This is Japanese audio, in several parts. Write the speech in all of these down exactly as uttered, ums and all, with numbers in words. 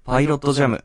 パイロットジャム。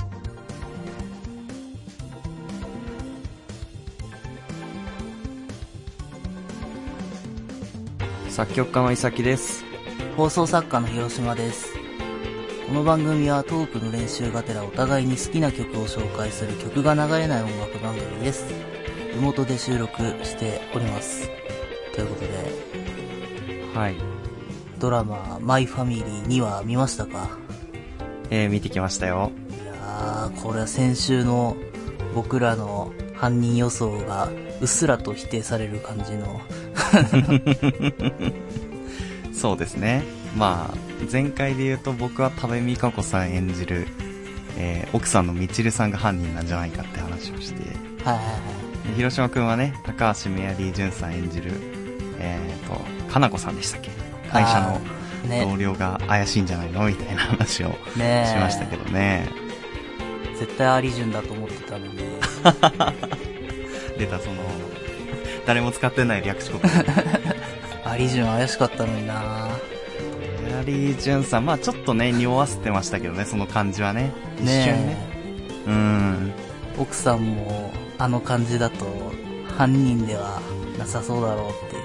作曲家の伊崎です。 放送作家の広島です。この番組はトークの練習がてらお互いに好きな曲を紹介する曲が流れない音楽番組です。リモートで収録しております。ということで、 はい。 ドラママイファミリーには見ましたか？ えー、見てきましたよ。 いやー、これは先週の僕らの犯人予想がうっすらと否定される感じのそうですね。まあ前回で言うと僕は多部未華子さん演じる、えー、奥さんのみちるさんが犯人なんじゃないかって話をして、 はいはいはい。 広島くんはね、高橋メアリージュンさん演じるえーとかなこさんでしたっけ、会社の同僚が怪しいんじゃないのみたいな話をしましたけどね。 絶対アリジュンだと思ってたのに出た、その誰も使ってない略し言葉アリジュン怪しかったのにな。 メアリージュンさん、まあちょっとね匂わせてましたけどね、その感じはね、一瞬ね。うん、 奥さんもあの感じだと犯人ではなさそうだろうっていう。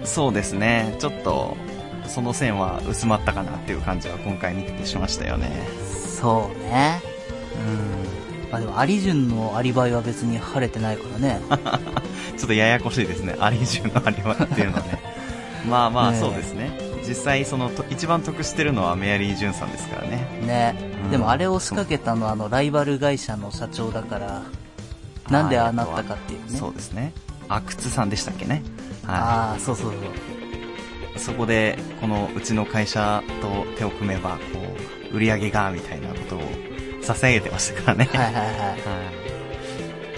そうですね、ちょっとその線は薄まったかなっていう感じは今回見ててしましたよね。 そうね。 うん。 まあでもアリジュンのアリバイは別に晴れてないからねちょっとややこしいですね、アリジュンのアリバイっていうのはねまあまあそうですね、実際その一番得してるのはメアリー・ジュンさんですからね。 ね、うん、でもあれを仕掛けたのはあのライバル会社の社長だから、なんでああなったかっていうね。 そうですね、阿久津さんでしたっけね。 はい、ああそうそうそう。 そこでこのうちの会社と手を組めばこう売り上げがみたいなことをささやげてましたからね。 はいはいはい、はい、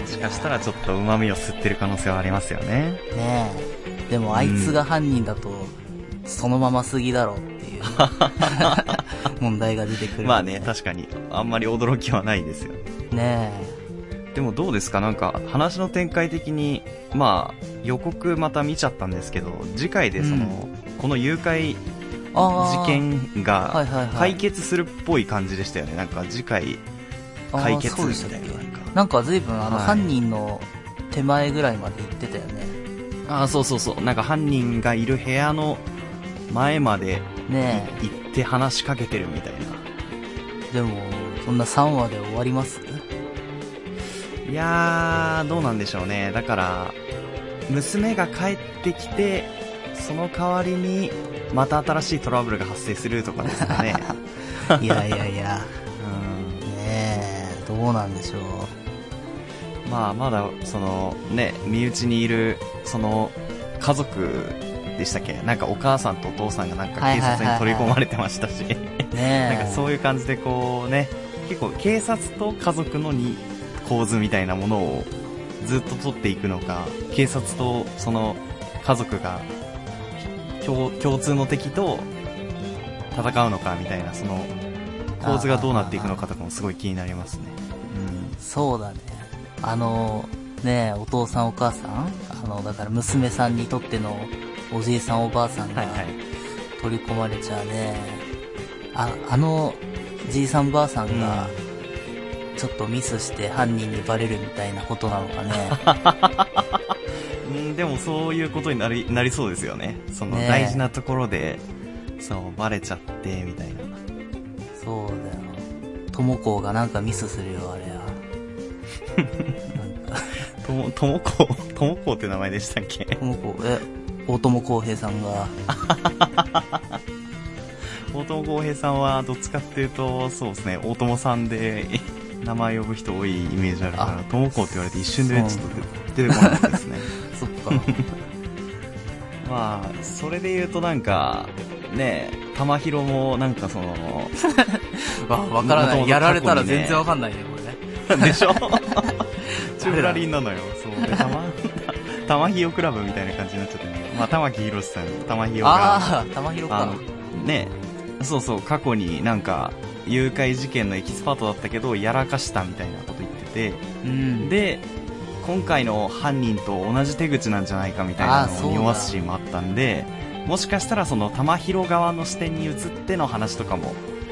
もしかしたらちょっと旨味を吸ってる可能性はありますよね。 ねえ、でもあいつが犯人だとそのまますぎだろうっていう問題が出てくる、ね、 まあね、確かにあんまり驚きはないですよね。 え、でもどうですか、なんか話の展開的に、まあ予告また見ちゃったんですけど、次回でその、うん、この誘拐事件が解決するっぽい感じでしたよね。なんか次回解決みたいな、なんかなんか随分あの、はい、犯人の手前ぐらいまで行ってたよね。 ああそうそうそう、なんか犯人がいる部屋の前までね行って話しかけてるみたいな。 でもそんなさんわで終わります？ いやーどうなんでしょうね。だから娘が帰ってきてその代わりにまた新しいトラブルが発生するとかですかねいやいやいや、 うん、 ねえどうなんでしょう。 まあまだそのね身内にいるその家族でしたっけ、なんかお母さんとお父さんがなんか警察に取り込まれてましたし、なんかそういう感じでこうね、結構警察と家族のに構図みたいなものをずっと取っていくのか、警察とその家族が 共, 共通の敵と戦うのかみたいな、その構図がどうなっていくのかとかもすごい気になりますね。 うん、そうだね。あのねえお父さんお母さん、あのだから娘さんにとってのおじいさんおばあさんが取り込まれちゃうね、はいはい、あ, あのじいさんばあさんがちょっとミスして犯人にバレるみたいなことなのかねうんでもそういうことになり、なりそうですよね。その大事なところで、ね、そうバレちゃってみたいな。 そうだよ、ともこがなんかミスするよあれはとも、ともこ、ともこって名前でしたっけ？ ともこ、え、大友康平さんが大友康平さんはどっちかっていうとそうですね、大友さんで名前呼ぶ人多いイメージあるから、ともこって言われて一瞬でちょっと出てこないですねそっかまあそれで言うとなんかね、玉広もなんかそのわ、わからない、ね、やられたら全然わかんないねこれねでしょチューラリンなのよ。そうで、玉玉ひよクラブみたいな感じになっちゃってね。まあ玉木宏さん、玉ひよが、 ああ玉ひよかね、そうそう、過去になんか誘拐事件のエキスパートだったけどやらかしたみたいなこと言ってて、 うん、 で今回の犯人と同じ手口なんじゃないかみたいなのを匂わすシーンもあったんで、もしかしたらその玉広側の視点に移っての話とかも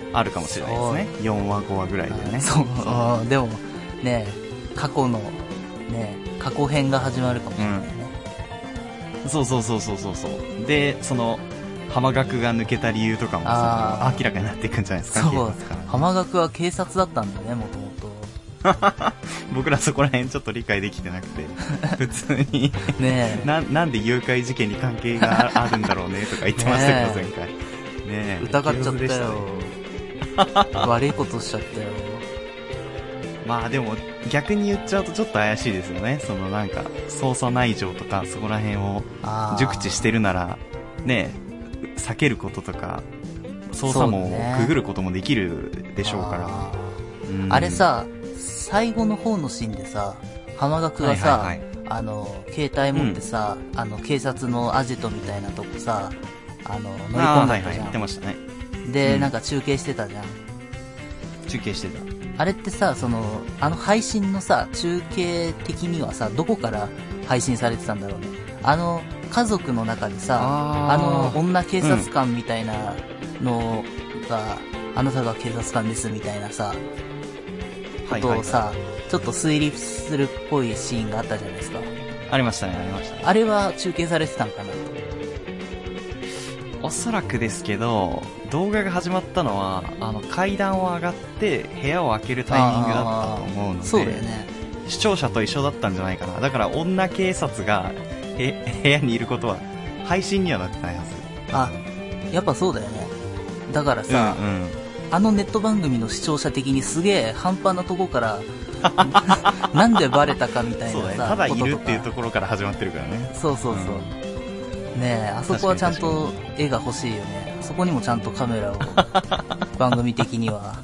あるかもしれないですね。よんわごわぐらいでね。 そう、そう、でもね、過去のね、過去編が始まるかもしれないね、 うん、そうそうそうそうそうそう。でその浜学が抜けた理由とかもさ明らかになっていくんじゃないですか。 そう、浜学は警察だったんだね、もともと。 僕らそこら辺ちょっと理解できてなくて普通にねな, なんで誘拐事件に関係があるんだろうねとか言ってましたけど前回ね疑っちゃったよ、ね、悪いことしちゃったよ。 まあでも逆に言っちゃうとちょっと怪しいですよね。そのなんか捜査内情とかそこら辺を熟知してるならね避けることとか捜査網をくぐることもできるでしょうから。 あ,、うん、あれさ、最後の方のシーンでさ、浜学がさ、はいはいはい、あの携帯持ってさ、うん、あの警察のアジトみたいなとこさ、あの乗り込んでたじゃん。あ、はいはい、言ってましたね。で、うん、なんか中継してたじゃん。 中継してた。 あれってさ、そのあの配信のさ、中継的にはさ、どこから配信されてたんだろうね。あの家族の中でさ、あ, あの女警察官みたいなのが、うん、あなたが警察官ですみたいなさ、ことをさ、はいはいはい、ちょっと推理するっぽいシーンがあったじゃないですか。 ありましたね、ありましたね。 あれは中継されてたんかなと。 おそらくですけど、動画が始まったのはあの階段を上がって部屋を開けるタイミングだったと思うので、 そうだよね。 視聴者と一緒だったんじゃないかな。だから女警察がへ部屋にいることは配信にはなってないはず。 あ、やっぱそうだよね。だからさ、うんうん、あのネット番組の視聴者的にすげえ半端なとこからなんでバレたかみたいなさ、そうだね、 ただいるっていうところから始まってるからね。 そうそうそう、うん、ねえ、あそこはちゃんと絵が欲しいよね。そこにもちゃんとカメラを番組的には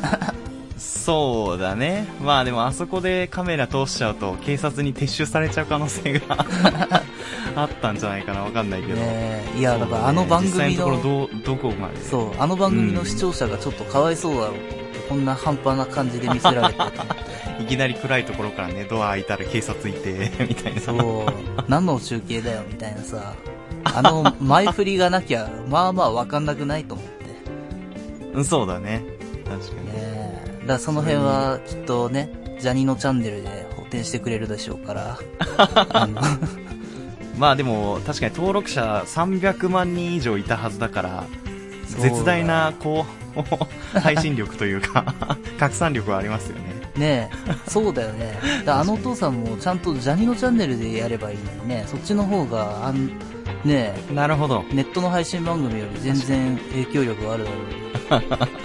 そうだね。まあでもあそこでカメラ通しちゃうと警察に撤収されちゃう可能性があったんじゃないかな、わかんないけど、ね、 いやだからあの番組 の, 実際のところ ど, どこまでそうあの番組の視聴者がちょっとかわいそうだろうと思って、うん、こんな半端な感じで見せられてと思っていきなり暗いところからね、ドア開いたら警察いてみたいな。 そう何の中継だよみたいなさ、あの前振りがなきゃまあまあわかんなくないと思って。 うん、そうだね、確かにね。だからその辺はきっとね、ジャニーのチャンネルで補填してくれるでしょうからあのまあでも確かに登録者さんびゃくまんにん以上いたはずだから、絶大なこう配信力というか拡散力はありますよね。 ねえ、そうだよね。だあのお父さんもちゃんとジャニーのチャンネルでやればいいのにね。そっちの方があんねえ、 なるほど、 ネットの配信番組より全然影響力があるだろ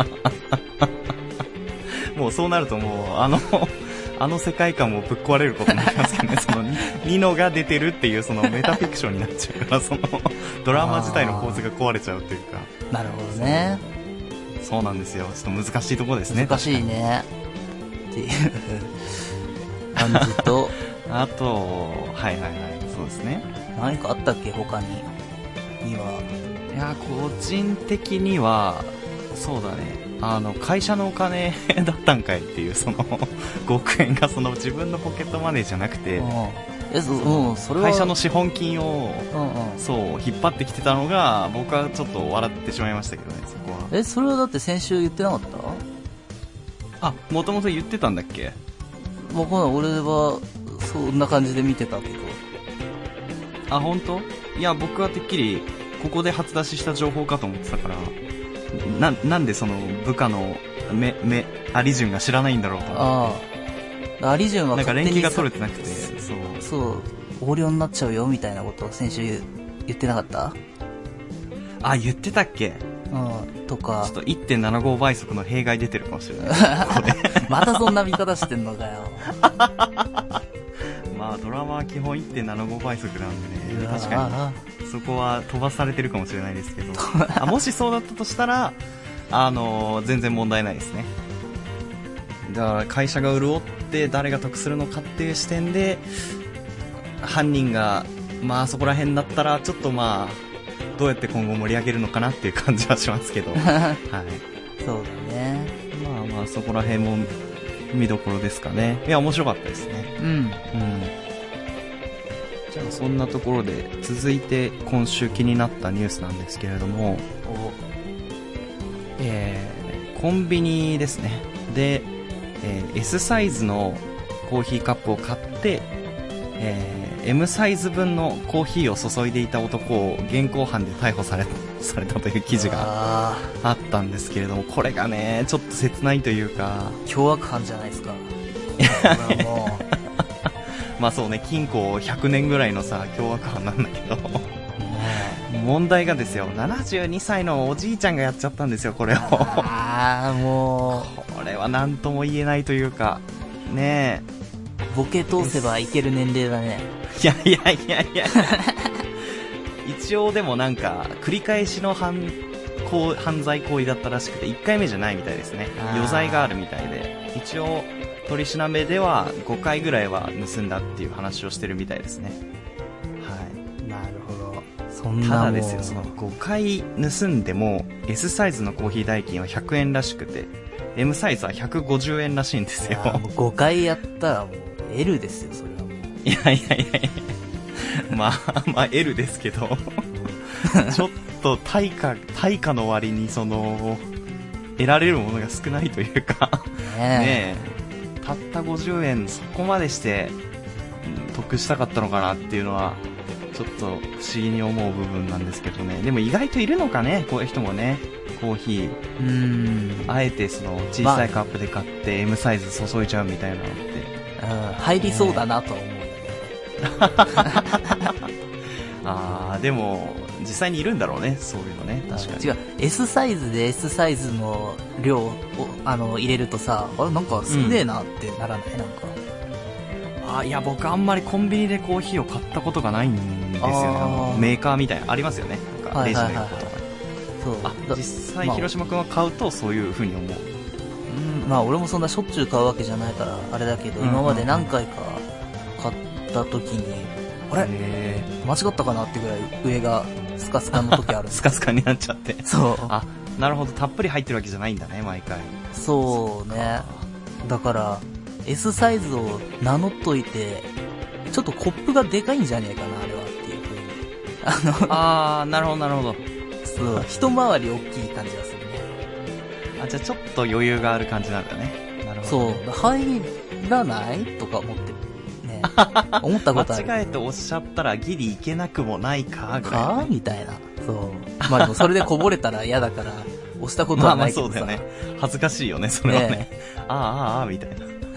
うもうそうなるともうあのあの世界観もぶっ壊れることになりますよね。そのニノが出てるっていうそのメタフィクションになっちゃうから、そのドラマ自体の構図が壊れちゃうというか。 なるほどね。 そう、そうなんですよ。ちょっと難しいところですね。 難しいねっていう感じとあとはいはいはい、そうですね。 何かあったっけ他にには。 いや個人的にはそうだね、あの会社のお金だったんかいっていう、そのごおくえんがその自分のポケットマネーじゃなくて、うん、 えそうん、それは会社の資本金を、うんうん、そう引っ張ってきてたのが僕はちょっと笑ってしまいましたけどね、そこは。 えそれはだって先週言ってなかった？ あ、もともと言ってたんだっけ？ わかんない、俺はそんな感じで見てたけど。 あ、本当？いや僕はてっきりここで初出しした情報かと思ってたから、な, なんでその部下のめめアリジュンが知らないんだろうと思って。 ああ、アリジュンはなんか連携が取れてなくて、そうそう横領になっちゃうよみたいなことを先週言ってなかった？ あ、言ってたっけ？ うん、とかちょっと いってんななご 倍速の弊害出てるかもしれないここでまたそんな見方してんのかよまあドラマは基本 いってんななご 倍速なんでね、確かにそこは飛ばされてるかもしれないですけどあ、もしそうだったとしたらあのー、全然問題ないですね。だから会社が潤って誰が得するのかっていう視点で犯人がまあそこら辺だったらちょっとまあどうやって今後盛り上げるのかなっていう感じはしますけどはい、 そうだね。 まあまあそこら辺も見どころですかね。いや面白かったですね。 うん、うん、 じゃあそんなところで続いて今週気になったニュースなんですけれども、えコンビニですね。で、えー、S サイズのコーヒーカップを買って、えー、M サイズ分のコーヒーを注いでいた男を現行犯で逮捕され、されたという記事があったんですけれども、これがね、ちょっと切ないというか。 凶悪犯じゃないですか。もうまあそうね、禁錮ひゃくねんぐらいのさ、凶悪犯なんだけど。問題がですよ、ななじゅうにさいのおじいちゃんがやっちゃったんですよ、これを。 ああ、もう。 これは何とも言えないというか、ねえ。ボケ通せばいける年齢だね。 いやいやいやいや一応でもなんか、繰り返しの犯、こう、犯罪行為だったらしくて、いっかいめじゃないみたいですね。余罪があるみたいで。一応、取り調べではごかいぐらいは盗んだっていう話をしてるみたいですね。はい。 なるほど。そんなただですよ、そのごかい盗んでも S サイズのコーヒー代金はひゃくえんらしくて M サイズはひゃくごじゅうえんらしいんですよ。 いやもうごかいやったらもう L ですよ、それはもう。 いやいやいやいやまあまあ L ですけどちょっと対価対価の割にその得られるものが少ないというかねえ、ねえ、たったごじゅうえんそこまでして、うん、得したかったのかなっていうのはちょっと不思議に思う部分なんですけどね。でも意外といるのかね、こういう人もね。コーヒー、 うーん、 あえてその小さいカップで買って M サイズ注いちゃうみたいなのって、 うん、入りそうだなとは思うよね。 あー、でも実際にいるんだろうね、そういうのね。確かに。 違う、S サイズで S サイズの量をあの入れるとさ、あれなんか少ねえなってならない、うん、なんか。 あ、いや僕あんまりコンビニでコーヒーを買ったことがないんですよね。あのメーカーみたいなありますよね、なんかレジの横とかに。そうあ実際広島君は買うとそういう風に思う。 うん、まあ俺もそんなしょっちゅう買うわけじゃないからあれだけど、うん、今まで何回か買った時に、あれ間違ったかなってぐらい上がスカスカの時あるスカスカになっちゃって。 そう、 あ、なるほど、たっぷり入ってるわけじゃないんだね、毎回。 そうね。だから S サイズを名乗っといて、ちょっとコップがでかいんじゃねえかな、あれはっていう風に。あのあー、なるほどなるほど。 そう、一回り大きい感じがするね。 あ、じゃあちょっと余裕がある感じなんだね。なるほど、ね。 そう、入らないとか思ってね。思ったことある。 間違えておっしゃったらギリいけなくもないかぐらい、ね。 かみたいな。そう。まあでもそれでこぼれたら嫌だから、押したことはないけどさ。 まあまあそうだよね。恥ずかしいよね、それはね。ねああ、ああ、みたいな。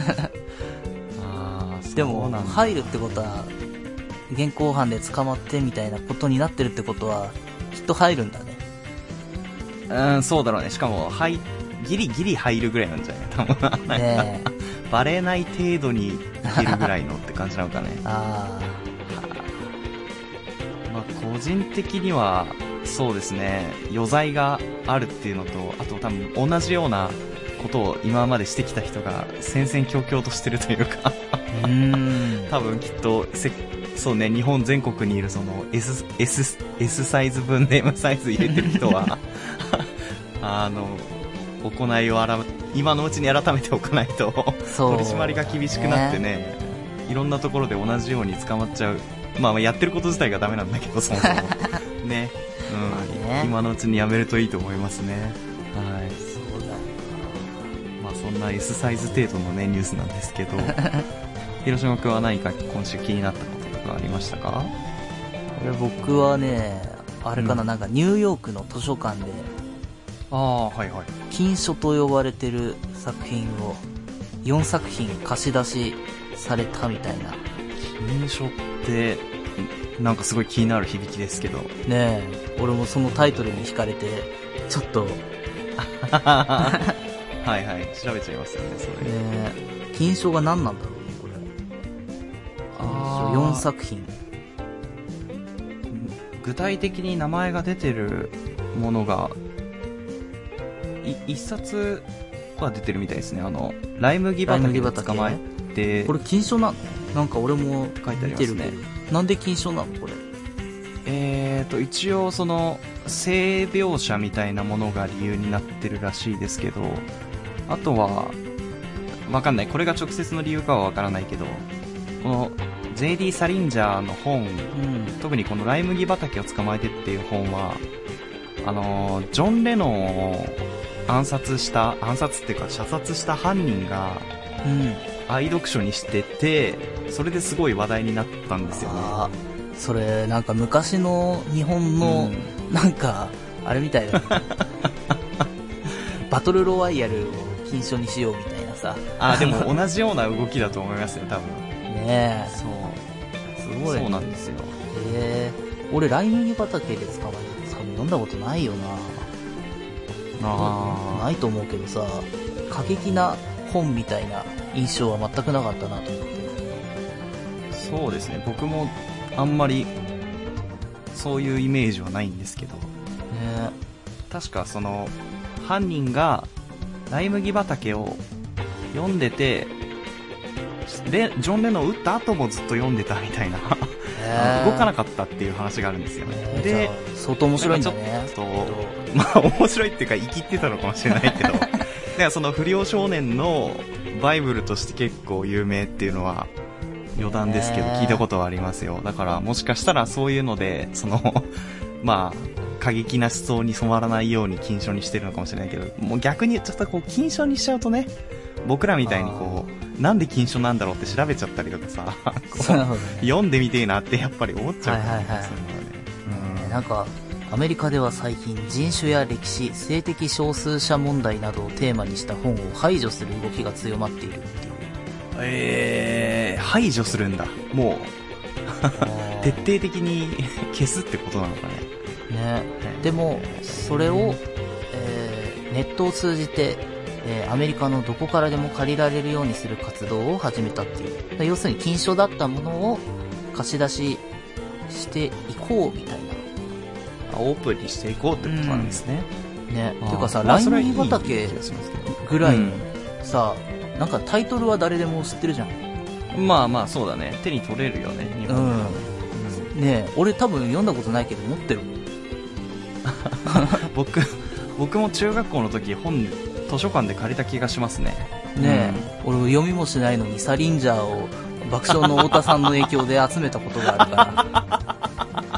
ああ、 でも、入るってことは、現行犯で捕まってみたいなことになってるってことは、きっと入るんだね。 うん、そうだろうね。しかも、はい、ギリギリ入るぐらいなんじゃない多分。ねえ。バレない程度にいけるぐらいのって感じなのかね。ああ。まあ、個人的には、そうですね、余罪があるっていうのと、あと多分同じようなことを今までしてきた人が戦々恐々としてるというかうーん、多分きっとせ、そうね、日本全国にいるその S、S、S サイズ分で M サイズ入れてる人はあの、行いを改め、今のうちに改めておかないと取り締まりが厳しくなってね、いろんなところで同じように捕まっちゃう。まあやってること自体がダメなんだけど、そもそもね、うん、まあね、今のうちにやめるといいと思いますね。はい。 そうだよな。まあそんな S サイズ程度のねニュースなんですけど、広島君は何か今週気になったこととかありましたか？ これ僕はね、あれかな、うん、なんかニューヨークの図書館で、 ああ、はいはい。 禁書と呼ばれてる作品をよんさく品貸し出しされたみたいな。 禁書ってなんかすごい気になる響きですけど。 ねえ、俺もそのタイトルに惹かれてちょっとはいはい、調べちゃいますよね、それ。 ねえ、禁書が何なんだろうね、これ。ああ、よんさく品。 具体的に名前が出てるものがい一冊は出てるみたいですね。あのライ麦畑で捕まえて、 これ禁書なの？なんか俺も書いてありますね。なんで禁書なのこれ？ えーと一応その性描写みたいなものが理由になってるらしいですけど、あとはわかんない。これが直接の理由かはわからないけど、この ジェイディー サリンジャーの本、うん、特にこのライ麦畑を捕まえてっていう本は、あのジョン・レノン暗殺した、暗殺っていうか射殺した犯人が、うん。愛読書にしてて、それですごい話題になったんですよね。あ、 それ、なんか昔の日本の、うん、なんか、あれみたいだね。バトルロワイヤルを禁書にしようみたいなさ。 あ、でも同じような動きだと思いますよ、多分。 ねえ。 そう。すごい。そうなんですよ。 へえ。俺、ライ麦畑で捕まえて読んだことないよな。ああ。ないと思うけどさ、過激な本みたいな印象は全くなかったなと思って。 そうですね。僕もあんまりそういうイメージはないんですけど。ね。確かその犯人がライ麦畑を読んでて、でジョン・レノンを撃った後もずっと読んでたみたいな。動かなかったっていう話があるんですよね。で、 相当面白いんだね。 ちょっと、まあ面白いっていうか生きってたのかもしれないけど、だからその不良少年のバイブルとして結構有名っていうのは余談ですけど聞いたことはありますよ。だからもしかしたらそういうので、その、まあ、過激な思想に染まらないように禁書にしてるのかもしれないけど、もう逆にちょっとこう禁書にしちゃうとね、僕らみたいにこう、なんで禁書なんだろうって調べちゃったりとかさ、こう、ね、読んでみてえなってやっぱり思っちゃうからね。 なんか、アメリカでは最近人種や歴史、性的少数者問題などをテーマにした本を排除する動きが強まっているっていう。 えー、排除するんだ。もう、徹底的に消すってことなのかね。 ね。でも、それを、えー、ネットを通じて、えー、アメリカのどこからでも借りられるようにする活動を始めたっていう。要するに禁書だったものを貸し出ししていこうみたいな。 オープンにしていこうってことなんですね。 うん、ね。ていうかさ、ライ麦畑ぐらいのさ、うん、なんかタイトルは誰でも知ってるじゃん。 まあまあそうだね。手に取れるよね、日本で。うん。 ねえ、俺多分読んだことないけど持ってるもん。 僕、僕も中学校の時本、図書館で借りた気がしますね。 ねえ、うん、俺読みもしないのにサリンジャーを爆笑の太田さんの影響で集めたことがあるから。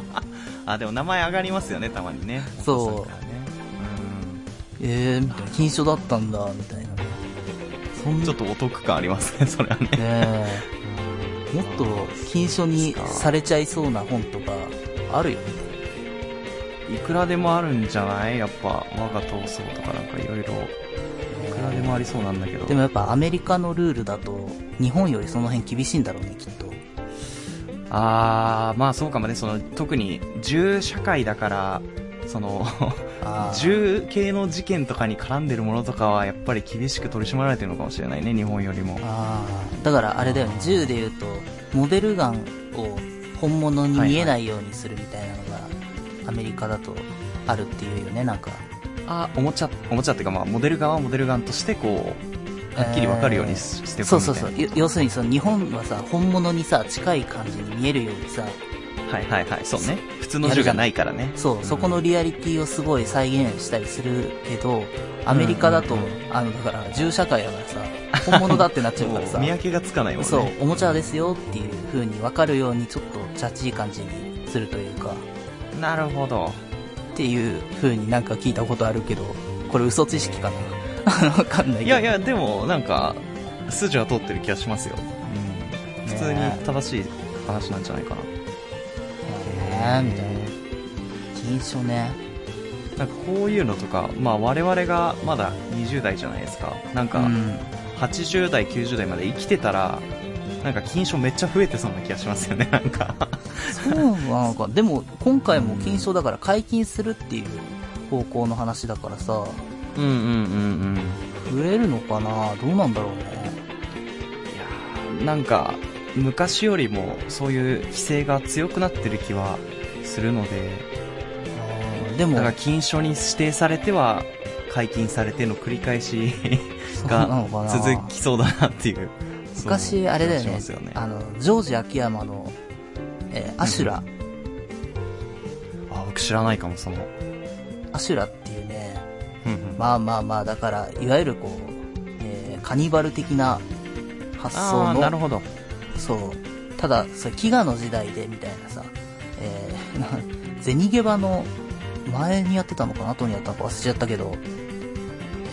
あ、でも名前上がりますよね、たまにね。 そう。ね、うん、えー、みたいな、禁書だったんだ、みたいな。 そんちょっとお得感ありますね、それはね。ねえ、 うん、もっと禁書にされちゃいそうな本とかあるよね。 いくらでもあるんじゃない？やっぱ、我が闘争とかなんかいろいろ。いくらでもありそうなんだけど。 でもやっぱアメリカのルールだと、日本よりその辺厳しいんだろうね、きっと。 あー、まあそうかもね。その、特に銃社会だから、その、銃系の事件とかに絡んでるものとかはやっぱり厳しく取り締まられてるのかもしれないね、日本よりも。 あー、だからあれだよね、銃で言うと、モデルガンを本物に見えないようにするみたいなのが、はいはい、アメリカだとあるっていうよね、なんか。 あ、おもちゃ、おもちゃっていうか、まあ、モデルガンはモデルガンとして、こう、はっきりわかるようにしておくみたいな、えー、そうそうそう。 要するに、その日本はさ、本物にさ、近い感じに見えるようにさ、 はいはいはい、そうね。普通の銃がないからね。 そう、うん、そこのリアリティをすごい再現したりするけど、アメリカだと、うんうんうん、あの、だから、銃社会だからさ、本物だってなっちゃうからさ、 見分けがつかないもんね。 そう、おもちゃですよっていう風にわかるように、ちょっとチャッチい感じにするというか。 なるほど。 っていう風になんか聞いたことあるけど、これ嘘知識かなわかんないけど。 いやいや、でもなんか、筋は通ってる気がしますよ。うん。普通に正しい話なんじゃないかな。 へぇー、みたいな。禁書ね。 なんかこういうのとか、まあ我々がまだにじゅう代じゃないですか。なんか、はちじゅう代、きゅうじゅう代まで生きてたら、なんか禁書めっちゃ増えてそうな気がしますよね、なんか。 そうなのか。でも今回も禁書だから解禁するっていう方向の話だからさ。 うんうんうんうん。増えるのかな、どうなんだろうね。 いやー、なんか、昔よりもそういう規制が強くなってる気はするので、あでもだから禁書に指定されては解禁されての繰り返しが続きそうだなっていう。 昔あれだよね、ねあのジョージ秋山の、えー、アシュラ、うん、 あ、僕知らないかも。そのアシュラっていうね、うんうん、まあまあまあ、だからいわゆるこう、えー、カニバル的な発想の、 なるほど。 そう。ただ、それ飢餓の時代でみたいなさ、えー、ゼニゲバの前にやってたのかな、後にやったのか忘れちゃったけど、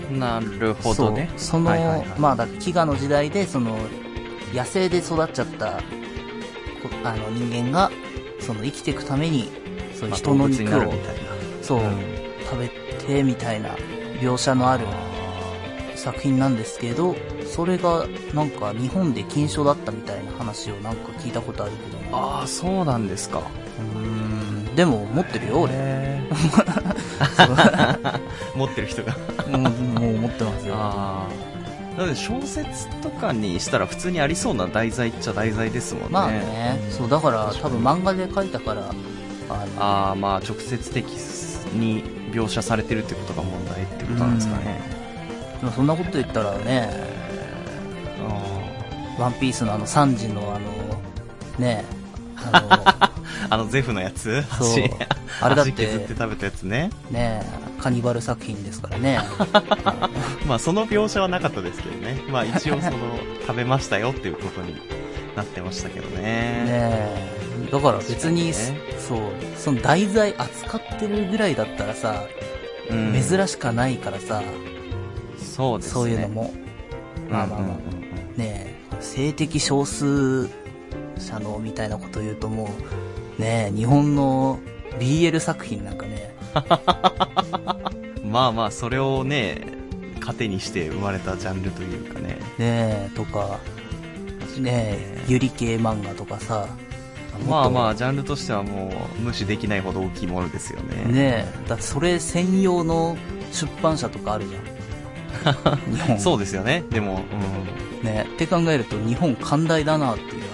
なるほどね。 その、はいはいはい、まあだ飢餓の時代でその野生で育っちゃったあの人間がその生きていくためにそういう人の肉を、まあ、そう、うん、食べてみたいな描写のある作品なんですけど、それがなんか日本で禁書だったみたいな話をなんか聞いたことあるけど、ね、 ああそうなんですか。 うーん、でも持ってるよ俺。 持ってる人がもう、もう持ってますよ。 ああ、なので小説とかにしたら普通にありそうな題材っちゃ題材ですもんね。 まあね、うん、そうだから多分漫画で書いたから、 あああ、まあ直接的に描写されてるってことが問題ってことなんですかね。 でもそんなこと言ったらね、あワンピースのあのサンジのあのね、 あのあのゼフのやつ、 そうあれだって削って食べたやつね。 ねえ、カニバル作品ですからね。 まあその描写はなかったですけどね。まあ一応その食べましたよっていうことになってましたけどね。ねえ、だから別に、ね、そうその題材扱ってるぐらいだったらさ、うん、珍しかないからさ、 そうですね。 そういうのもまあまあまあ、うんうんうん、ねえ、性的少数者のみたいなこと言うともうねえ、日本の ビーエル 作品なんかねまあまあそれをね糧にして生まれたジャンルというかね、 ねえとかねえ、ゆり系漫画とかさ、 まあまあジャンルとしてはもう無視できないほど大きいものですよね。 ねえ、だってそれ専用の出版社とかあるじゃん日本そうですよね。でも、 うん、ねって考えると日本寛大だなっていう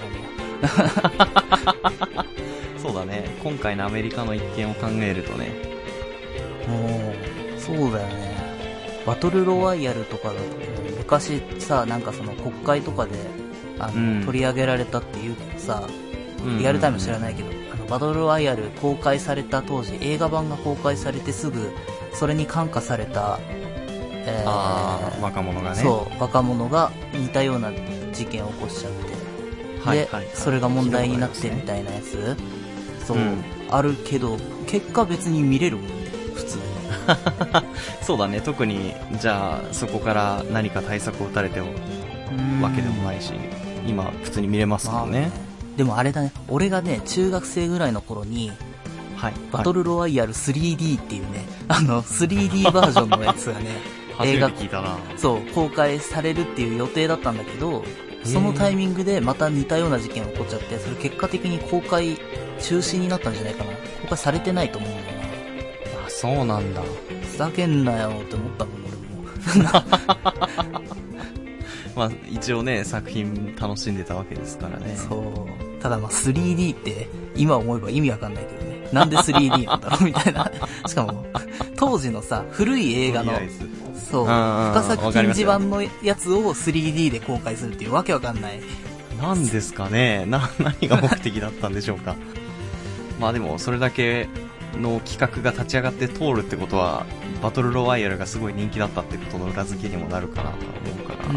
あのそうだね。今回のアメリカの一件を考えるとね、 もうそうだよね。バトルロワイヤルとかだと昔さ、なんかその国会とかであの、うん、取り上げられたっていうけどさ、リアルタイム知らないけど、うんうんうん、あのバトルロワイヤル公開された当時、映画版が公開されてすぐそれに感化された、 えー、あ若者がね、 そう若者が似たような事件を起こしちゃって、はいはいはい、でそれが問題になってみたいなやつ、そう、うん、あるけど結果別に見れるもんね普通にそうだね。特にじゃあそこから何か対策を打たれてもわけでもないし、今普通に見れますもんね、まあ、 でもあれだね、俺がね中学生ぐらいの頃に、はい、バトルロワイヤル スリーディー っていうね、あの スリーディー バージョンのやつがね映画聞いたな。 そう公開されるっていう予定だったんだけど、そのタイミングでまた似たような事件が起こっちゃって、それ結果的に公開中止になったんじゃないかな。公開されてないと思うんだよな。 あ、そうなんだ。 ふざけんなよって思ったもん俺もまあ一応ね作品楽しんでたわけですからね。 そう。ただまあ スリーディー って今思えば意味わかんないけどね。なんで スリーディー なんだろうみたいな。しかも当時のさ古い映画のそう深作金次版のやつを スリーディー で公開するっていうわけわかんない。 なんですかね。な何が目的だったんでしょうか。まあでもそれだけの企画が立ち上がって通るってことはバトルロワイヤルがすごい人気だったってことの裏付けにもなるかなと思うから。うん。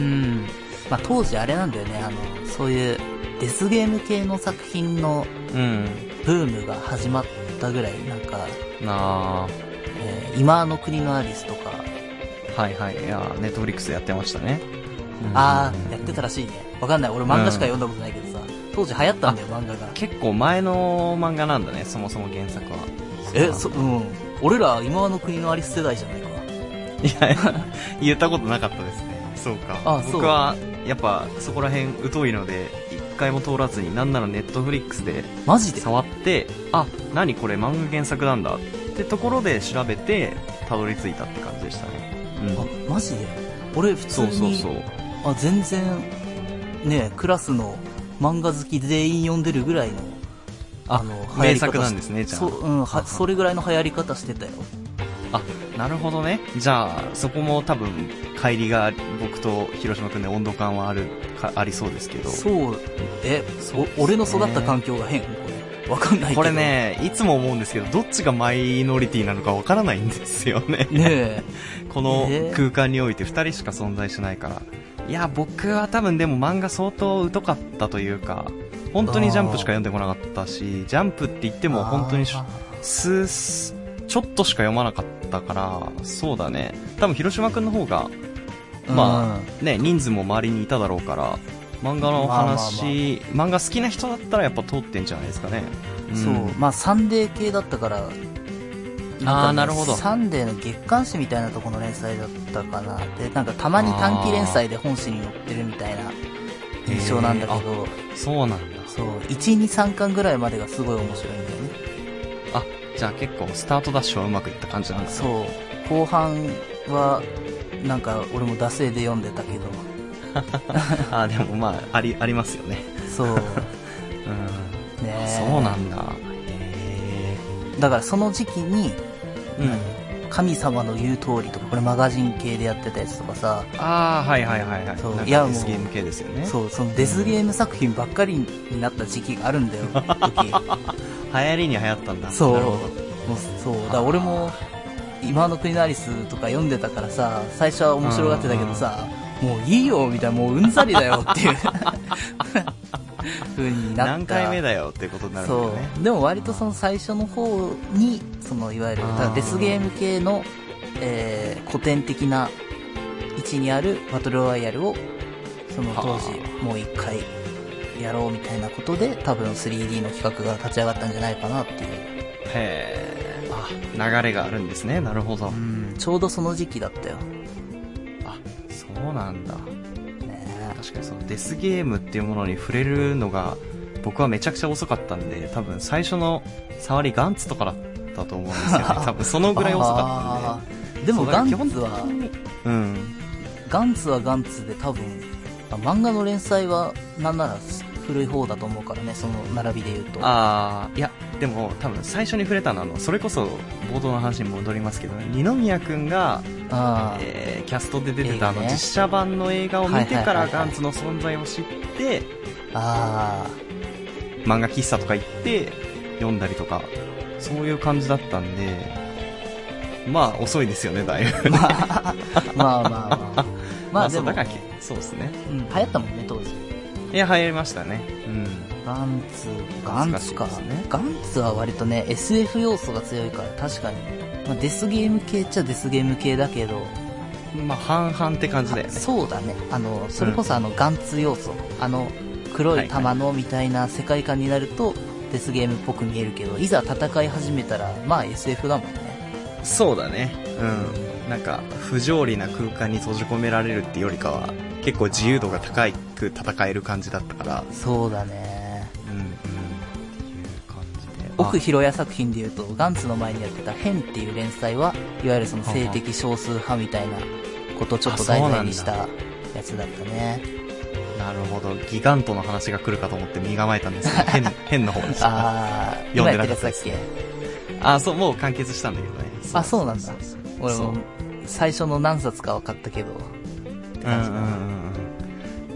まあ当時あれなんだよね、あのそういうデスゲーム系の作品のブームが始まったぐらい、なんかなあ、 えー、今の国のアリスとか、 はいはい、いやネットフリックスやってましたね。 うん、ああやってたらしいね。わかんない、俺漫画しか読んだことないけどさ、うん、当時流行ったんだよ漫画が。 結構前の漫画なんだね、そもそも原作は。 えそうん俺ら今の国のアリス世代じゃないか。 いや言ったことなかったですね。そうか。ああ僕はやっぱそこら辺疎いので一回も通らずに、なんならネットフリックスでマジで触って、あ何これ漫画原作なんだってところで調べてたどり着いたって感じでしたね。うん、 あマジで俺普通にそうそうそう、あ全然ねクラスの漫画好き全員読んでるぐらいのあの名作なんですね。じゃあそう、うん、はそれぐらいの流行り方してたよ。 あなるほどね。じゃあそこも多分乖離が僕と広島君で温度感はあるかありそうですけど。 そうえそ俺の育った環境が変これわかんないけど。 これねいつも思うんですけど、どっちがマイノリティなのかわからないんですよね。 ねえこの空間においてふたりしか存在しないから。いや僕は多分でも漫画相当疎かったというか、本当にジャンプしか読んでこなかったし、ジャンプって言っても本当に数ちょっとしか読まなかったったから、そうだね。多分広島くんの方が、まあ、ね、人数も周りにいただろうから、漫画の話、まあまあまあ、漫画好きな人だったらやっぱ通ってんじゃないですかね。 うん、そう。まあ、サンデー系だったから、 ああ、なるほど。 サンデーの月刊誌みたいなところの連載だったかな。で、なんかたまに短期連載で本誌に載ってるみたいな印象なんだけど。 そうなんだ。 そう。いち、に、さんかんぐらいまでがすごい面白いんだよね。 あ、じゃあ結構スタートダッシュはうまくいった感じなんですかね。そう。後半は、なんか俺も惰性で読んでたけど。 あ、でもまあ、あり、ありますよね。 そう。うん。ねえ。そうなんだ。 へー。だからその時期に、うん。神様の言う通りとか、これマガジン系でやってたやつとかさ。 ああ、はいはいはいはい。そう。いやもう。デスゲーム系ですよね。 そう、そのデスゲーム作品ばっかりになった時期があるんだよ、時。 流行りに流行ったんだ。 そう。なるほど。もうそう。だから俺も、今の国のアリスとか読んでたからさ、最初は面白がってたけどさ、もういいよみたいな、もううんざりだよっていう風になった。 何回目だよっていうことになるんだよね。 そう。でも割とその最初の方に、そのいわゆるデスゲーム系の、えー、古典的な位置にあるバトルロワイヤルを、その当時もう一回やろうみたいなことで、多分 スリーディー の企画が立ち上がったんじゃないかなっていう。 へー。流れがあるんですね。なるほど。 うん、ちょうどその時期だったよ。 あ、そうなんだ。ね、確かにそのデスゲームっていうものに触れるのが僕はめちゃくちゃ遅かったんで、多分最初の触りガンツとかだったと思うんですよね。多分そのぐらい遅かったんで。 でもガンツは、 うん、 ガンツはガンツで多分漫画の連載はなんなら古い方だと思うからね、その並びで言うと。 ああ、いや、でも多分最初に触れたのは、あの、それこそ冒頭の話に戻りますけど、二宮くんが、えー、キャストで出てたあの実写版の映画を見てからガンツの存在を知って、 あー漫画喫茶とか行って読んだりとか、そういう感じだったんで、まあ遅いですよね、だいぶ。 まあまあまあまあ。 まあでも、そうだからそうですね。 うん、流行ったもんね、当時。 いや、流行りましたね。うん。 ガンツ、ガンツか。ね、ガンツは割とね、エスエフ 要素が強いから、確かに。まあ、デスゲーム系っちゃデスゲーム系だけど、 まあ、半々って感じだよね。 そうだね。あの、それこそあの、ガンツ要素。あの、黒い玉のみたいな世界観になると、デスゲームっぽく見えるけど、いざ戦い始めたら、まあ エスエフ だもんね。 そうだね。うん。なんか、不条理な空間に閉じ込められるってよりかは、結構自由度が高く戦える感じだったから。 そうだね。 うんうん。っていう感じで。 奥広也作品で言うと、ガンツの前にやってた変っていう連載は、いわゆるその性的少数派みたいなことをちょっと題材にしたやつだったね。 なるほど。ギガントの話が来るかと思って身構えたんですけど、変、変の方でした。 ああ、読んでなかったっけ？ あ、そう、もう完結したんだけどね。 あ、そうなんだ。俺も最初の何冊か分かったけど。 うんうんうん。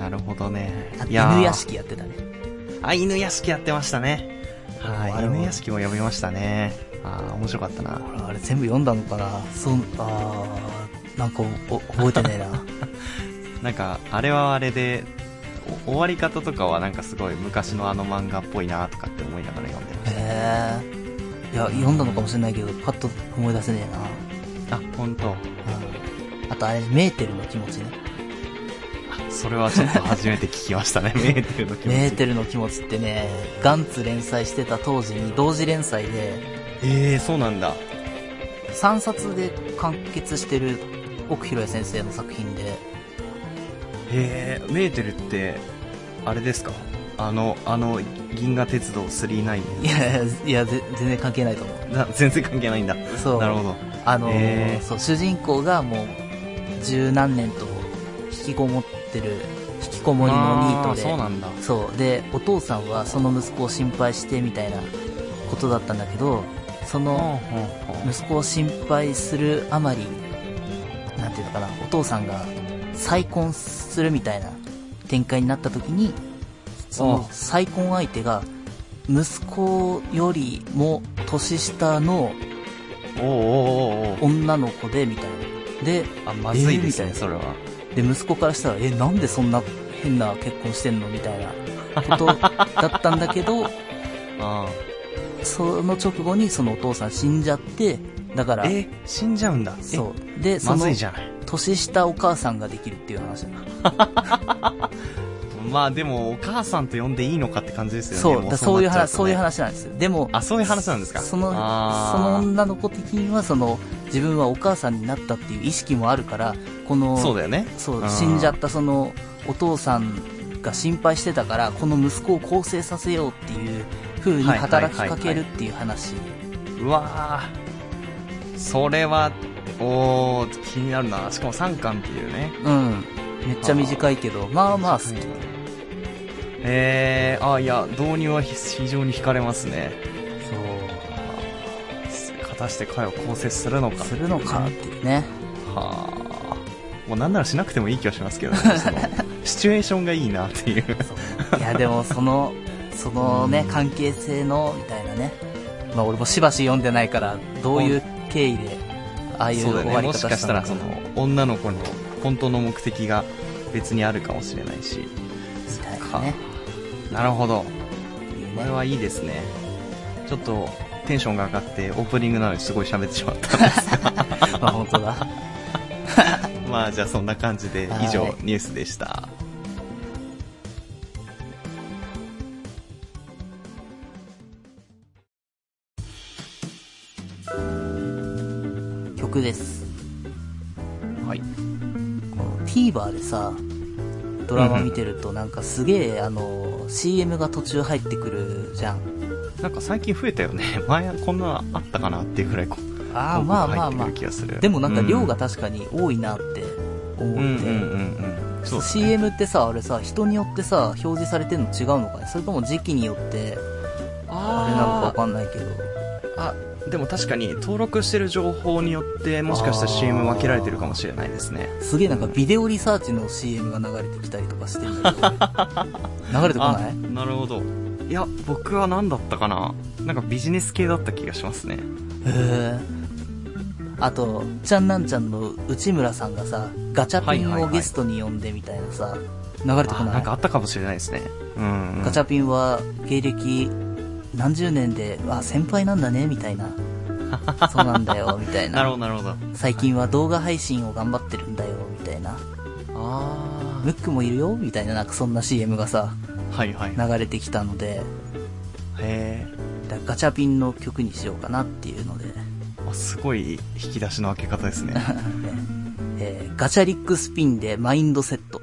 なるほどね。 あ、犬屋敷やってたね。 あ、犬屋敷やってましたね。はい。犬屋敷も読みましたね。ああ、面白かったな。 俺あれ全部読んだのかな。そう、ああ、なんかお覚えてないな。 なんか、あれはあれで、終わり方とかはなんかすごい昔のあの漫画っぽいなとかって思いながら読んでました。 へえ。いや、読んだのかもしれないけど、パッと思い出せねえな。あ、ほんと。うん。 あとあれ、メーテルの気持ちね。 あ、それはちょっと初めて聞きましたね、メーテルの気持ち。 メーテルの気持ちってね、ガンツ連載してた当時に同時連載で。 ええー、そうなんだ。 さんさつで完結してる奥広也先生の作品で。 へえ、メーテルって、あれですか？あの、あの、銀河鉄道スリーナイン。 いやいや、いや、全然関係ないと思う。 全然関係ないんだ。 そう。 なるほど。 あのー、そう、主人公がもう、十何年と引きこもってる、引きこもりのニートで。 そうなんだ。 そう。で、お父さんはその息子を心配してみたいなことだったんだけど、その、息子を心配するあまり、なんていうのかな、お父さんが再婚するみたいな展開になった時に、その再婚相手が息子よりも年下の女の子でみたいな。で、 あ、まずいですね、それは。 で、息子からしたら、え、なんでそんな変な結婚してんのみたいなことだったんだけど、あその直後にそのお父さん死んじゃって、 だから、 え、死んじゃうんだ。 そう。で、その、年下お母さんができるっていう話だ。 まあでも、お母さんと呼んでいいのかって感じですよね。 そう、だそういう話、そういう話なんですよ。でも、 あ、そういう話なんですか。 その、その女の子的には、その、自分はお母さんになったっていう意識もあるから、この、 そうだよね。 そう、死んじゃったその、お父さんが心配してたから、この息子を更生させようっていう風に働きかけるっていう話。 うわぁ。それは、おー、気になるな。しかもさんかんっていうね。 うん。めっちゃ短いけど、まあまあ好き。 えー、あ、いや、導入は非常に惹かれますね。 そう。 果たして彼を更生するのか、 するのかっていうね。 はぁ。もうなんならしなくてもいい気はしますけどね。そのシチュエーションがいいなっていう。 いや、でもその、そのね、関係性の、みたいなね。まあ俺もしばし読んでないから、どういう経緯で、ああいう終わり方したのか。 そうだね。もしかしたらその、女の子の本当の目的が別にあるかもしれないし。 みたいなね。 なるほど。これはいいですね。ちょっとテンションが上がってオープニングなのにすごい喋ってしまったんですが。 まあ本当だ。 まあじゃあそんな感じで以上ニュースでした。 曲です。 はい。 この TVer でさ、ドラマ見てるとなんかすげえあの シーエム が途中入ってくるじゃん。 なんか最近増えたよね。前こんなのあったかなっていうくらいこう。 ああまあまあまあ。でもなんか量が確かに多いなって思って。うんうんうんうん。そうですね。シーエム ってさあれさ人によってさ表示されてるの違うのかね。それとも時期によってあれなのかわかんないけど。 あ。でも確かに登録してる情報によってもしかしたら シーエム 分けられてるかもしれないですね。 すげえなんかビデオリサーチの シーエム が流れてきたりとかしてるんだけど流れてこない？ なるほど。いや僕は何だったかな、なんかビジネス系だった気がしますね。へえ。あとちゃんなんちゃんの内村さんがさガチャピンをゲストに呼んでみたいなさ、流れてこない？ なんかあったかもしれないですね。うん、うん、 ガチャピンは芸歴何十年で、あ、先輩なんだね、みたいな。そうなんだよ、みたいな。 なるほど、なるほど。 最近は動画配信を頑張ってるんだよ、みたいな。あー。ムックもいるよ、みたいな、なんかそんな シーエム がさ、 はいはい。 流れてきたので、 へー。だガチャピンの曲にしようかなっていうので。 あ、すごい引き出しの開け方ですね。 えー、ガチャリックスピンでマインドセット。